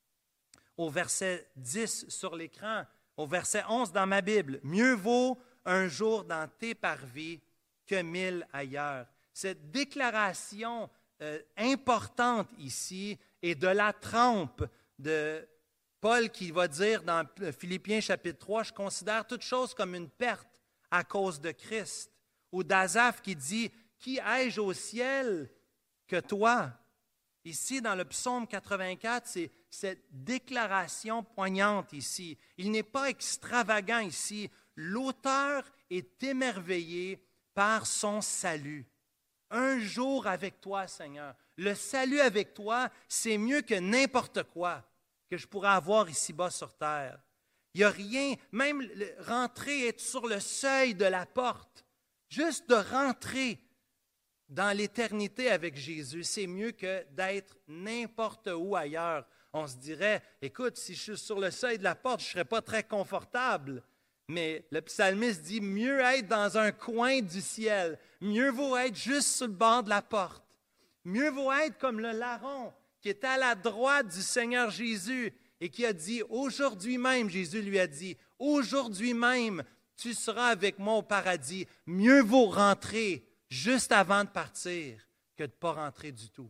au verset dix sur l'écran, au verset onze dans ma Bible. « Mieux vaut un jour dans tes parvis que mille ailleurs. » Cette déclaration euh, importante ici est de la trempe de Paul qui va dire dans Philippiens chapitre trois, « Je considère toute chose comme une perte à cause de Christ. » Ou d'Asaph qui dit, « Qui ai-je au ciel que toi? » Ici, dans le psaume quatre-vingt-quatre, c'est cette déclaration poignante ici. Il n'est pas extravagant ici. L'auteur est émerveillé par son salut. Un jour avec toi, Seigneur. Le salut avec toi, c'est mieux que n'importe quoi que je pourrais avoir ici-bas sur terre. Il n'y a rien, même rentrer, être sur le seuil de la porte, juste de rentrer dans l'éternité avec Jésus, c'est mieux que d'être n'importe où ailleurs. On se dirait, écoute, si je suis sur le seuil de la porte, je ne serais pas très confortable. Mais le psalmiste dit, mieux être dans un coin du ciel, mieux vaut être juste sur le bord de la porte. Mieux vaut être comme le larron qui est à la droite du Seigneur Jésus et qui a dit, aujourd'hui même, Jésus lui a dit, aujourd'hui même, tu seras avec moi au paradis. Mieux vaut rentrer juste avant de partir que de ne pas rentrer du tout.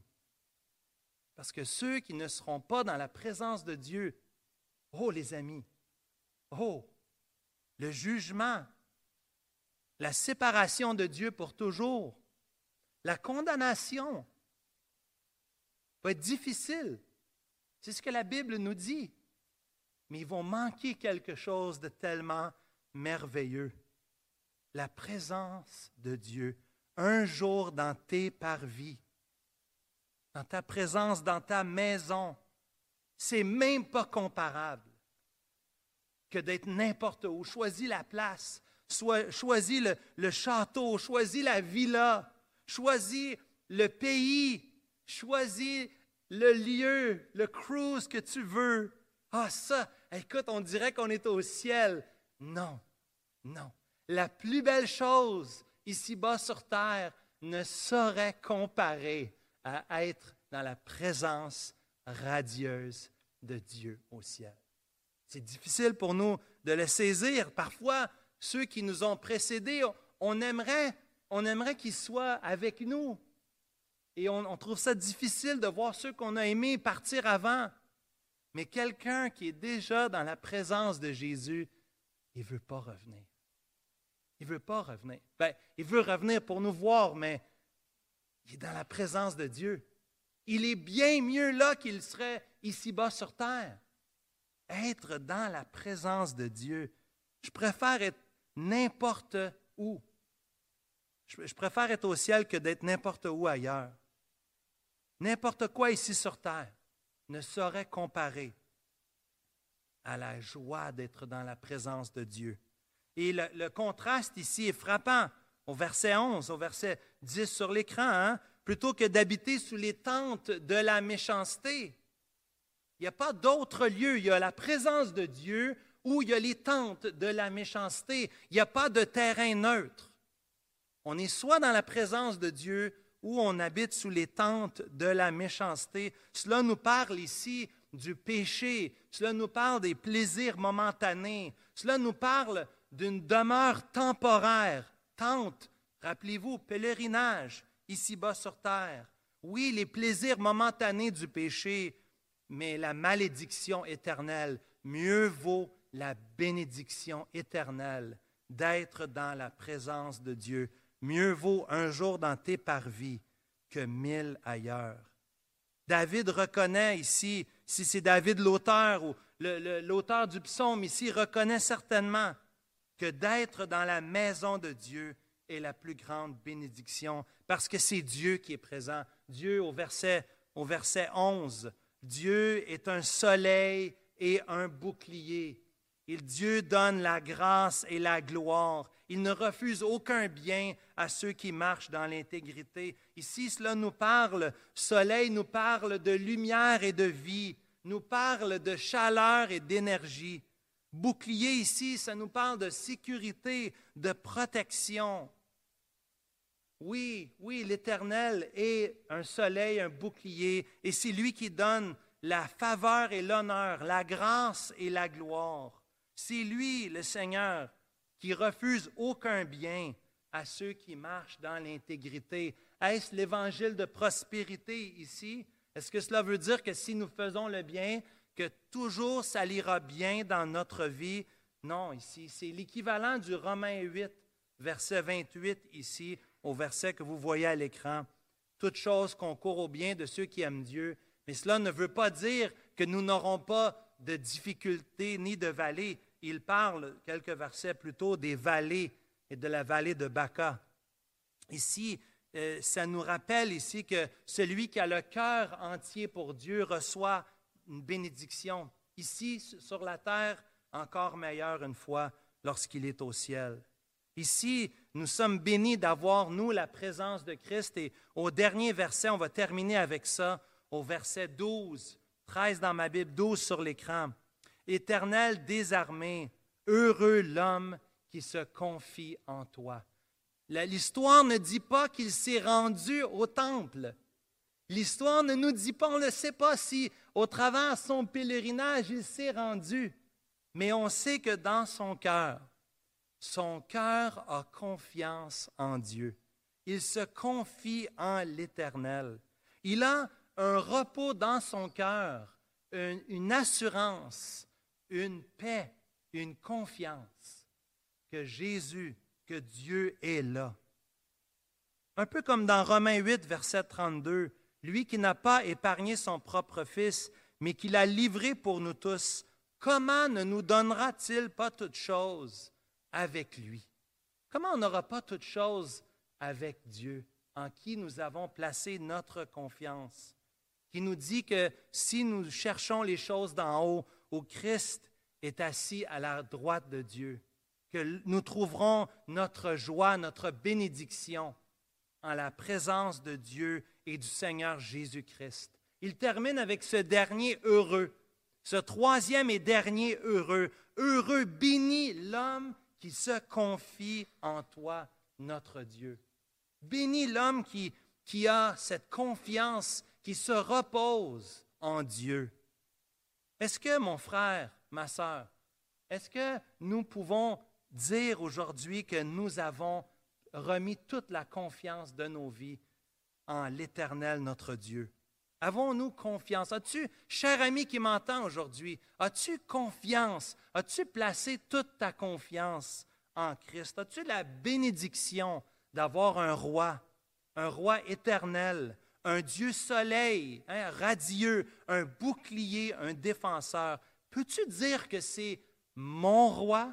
Parce que ceux qui ne seront pas dans la présence de Dieu, oh les amis, oh, le jugement la séparation de Dieu pour toujours, la condamnation va être difficile. C'est ce que la Bible nous dit. Mais ils vont manquer quelque chose de tellement merveilleux. La présence de Dieu, un jour dans tes parvis, dans ta présence, dans ta maison, c'est même pas comparable que d'être n'importe où. Choisis la place, soit, choisis le, le château, choisis la villa, choisis le pays, choisis le lieu, le cruise que tu veux. Ah, ça, écoute, on dirait qu'on est au ciel. Non, non. La plus belle chose ici-bas sur terre ne saurait comparer à être dans la présence radieuse de Dieu au ciel. C'est difficile pour nous de le saisir. Parfois, ceux qui nous ont précédés, on aimerait, on aimerait qu'ils soient avec nous. Et on, on trouve ça difficile de voir ceux qu'on a aimés partir avant. Mais quelqu'un qui est déjà dans la présence de Jésus, il ne veut pas revenir. Il ne veut pas revenir. Bien, il veut revenir pour nous voir, mais il est dans la présence de Dieu. Il est bien mieux là qu'il serait ici-bas sur terre. Être dans la présence de Dieu. Je préfère être n'importe où. Je, je préfère être au ciel que d'être n'importe où ailleurs. N'importe quoi ici sur terre ne saurait comparer à la joie d'être dans la présence de Dieu. Et le, le contraste ici est frappant. Au verset onze, au verset dix sur l'écran, hein? Plutôt que d'habiter sous les tentes de la méchanceté. Il n'y a pas d'autre lieu. Il y a la présence de Dieu ou il y a les tentes de la méchanceté. Il n'y a pas de terrain neutre. On est soit dans la présence de Dieu ou on habite sous les tentes de la méchanceté. Cela nous parle ici du péché. Cela nous parle des plaisirs momentanés. Cela nous parle d'une demeure temporaire. Tente, rappelez-vous, pèlerinage, ici-bas sur terre. Oui, les plaisirs momentanés du péché, mais la malédiction éternelle. Mieux vaut la bénédiction éternelle d'être dans la présence de Dieu. Mieux vaut un jour dans tes parvis que mille ailleurs. David reconnaît ici, si c'est David l'auteur ou le, le, l'auteur du psaume ici, reconnaît certainement que d'être dans la maison de Dieu est la plus grande bénédiction parce que c'est Dieu qui est présent. Dieu, au verset, au verset onze, Dieu est un soleil et un bouclier. Et Dieu donne la grâce et la gloire. Il ne refuse aucun bien à ceux qui marchent dans l'intégrité. Ici, cela nous parle, soleil nous parle de lumière et de vie, nous parle de chaleur et d'énergie. Bouclier ici, ça nous parle de sécurité, de protection. Oui, oui, l'Éternel est un soleil, un bouclier, et c'est lui qui donne la faveur et l'honneur, la grâce et la gloire. C'est lui, le Seigneur, qui refuse aucun bien à ceux qui marchent dans l'intégrité. Est-ce l'évangile de prospérité ici? Est-ce que cela veut dire que si nous faisons le bien, que toujours ça ira bien dans notre vie? Non, ici, c'est l'équivalent du Romains huit, verset vingt-huit ici, au verset que vous voyez à l'écran. Toute chose concourt au bien de ceux qui aiment Dieu. Mais cela ne veut pas dire que nous n'aurons pas de difficultés ni de vallées. Il parle, quelques versets plus tôt, des vallées et de la vallée de Baca. Ici, euh, ça nous rappelle ici que celui qui a le cœur entier pour Dieu reçoit une bénédiction. Ici, sur la terre, encore meilleure une fois lorsqu'il est au ciel. Ici, nous sommes bénis d'avoir, nous, la présence de Christ. Et au dernier verset, on va terminer avec ça, au verset douze, treize dans ma Bible, douze sur l'écran. Éternel désarmé, heureux l'homme qui se confie en toi. L'histoire ne dit pas qu'il s'est rendu au temple. L'histoire ne nous dit pas, on ne sait pas si au travers de son pèlerinage il s'est rendu. Mais on sait que dans son cœur, son cœur a confiance en Dieu. Il se confie en l'Éternel. Il a un repos dans son cœur, une, une assurance, une paix, une confiance que Jésus que Dieu est là. Un peu comme dans Romains huit, verset trente-deux, lui qui n'a pas épargné son propre Fils, mais qui l'a livré pour nous tous, comment ne nous donnera-t-il pas toutes choses avec lui? Comment on n'aura pas toutes choses avec Dieu, en qui nous avons placé notre confiance, qui nous dit que si nous cherchons les choses d'en haut, où Christ est assis à la droite de Dieu, que nous trouverons notre joie, notre bénédiction en la présence de Dieu et du Seigneur Jésus-Christ. Il termine avec ce dernier heureux, ce troisième et dernier heureux. Heureux, béni l'homme qui se confie en toi, notre Dieu. Béni l'homme qui, qui a cette confiance, qui se repose en Dieu. Est-ce que, mon frère, ma sœur, est-ce que nous pouvons dire aujourd'hui que nous avons remis toute la confiance de nos vies en l'Éternel, notre Dieu? Avons-nous confiance? As-tu, cher ami qui m'entend aujourd'hui, as-tu confiance? As-tu placé toute ta confiance en Christ? As-tu la bénédiction d'avoir un roi, un roi éternel, un Dieu soleil, hein, radieux, un bouclier, un défenseur? Peux-tu dire que c'est mon roi,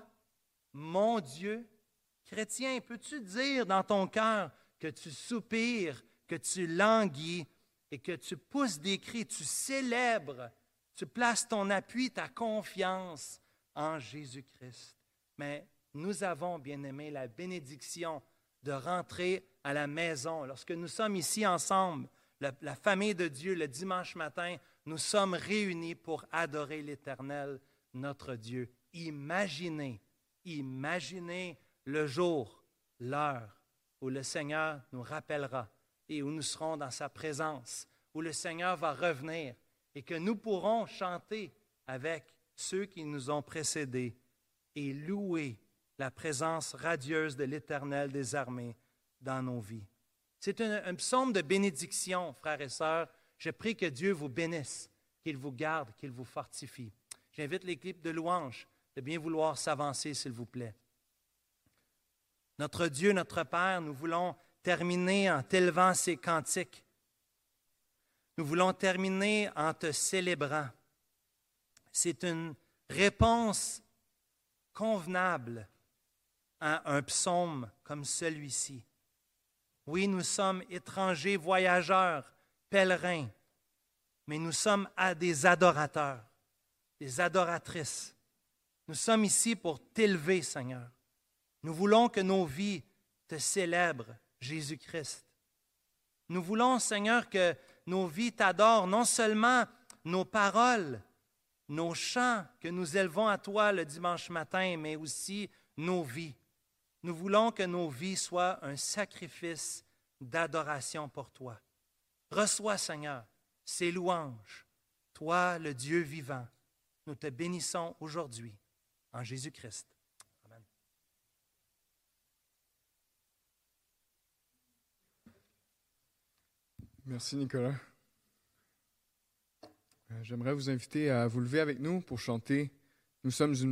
mon Dieu? Chrétien, peux-tu dire dans ton cœur que tu soupires, que tu languis et que tu pousses des cris, tu célèbres, tu places ton appui, ta confiance en Jésus-Christ? Mais nous avons, bien-aimés, la bénédiction de rentrer à la maison. Lorsque nous sommes ici ensemble, la, la famille de Dieu, le dimanche matin, nous sommes réunis pour adorer l'Éternel, notre Dieu. Imaginez, imaginez le jour, l'heure où le Seigneur nous rappellera et où nous serons dans sa présence, où le Seigneur va revenir et que nous pourrons chanter avec ceux qui nous ont précédés et louer la présence radieuse de l'Éternel des armées dans nos vies. C'est un, un psaume de bénédiction, frères et sœurs. Je prie que Dieu vous bénisse, qu'il vous garde, qu'il vous fortifie. J'invite l'équipe de louanges de bien vouloir s'avancer, s'il vous plaît. Notre Dieu, notre Père, nous voulons terminer en t'élevant ces cantiques. Nous voulons terminer en te célébrant. C'est une réponse convenable à un psaume comme celui-ci. Oui, nous sommes étrangers, voyageurs, pèlerins, mais nous sommes à des adorateurs, des adoratrices. Nous sommes ici pour t'élever, Seigneur. Nous voulons que nos vies te célèbrent, Jésus-Christ. Nous voulons, Seigneur, que nos vies t'adorent, non seulement nos paroles, nos chants que nous élevons à toi le dimanche matin, mais aussi nos vies. Nous voulons que nos vies soient un sacrifice d'adoration pour toi. Reçois, Seigneur, ces louanges. Toi, le Dieu vivant, nous te bénissons aujourd'hui en Jésus-Christ. Amen. Merci, Nicolas. J'aimerais vous inviter à vous lever avec nous pour chanter « Nous sommes une maison ».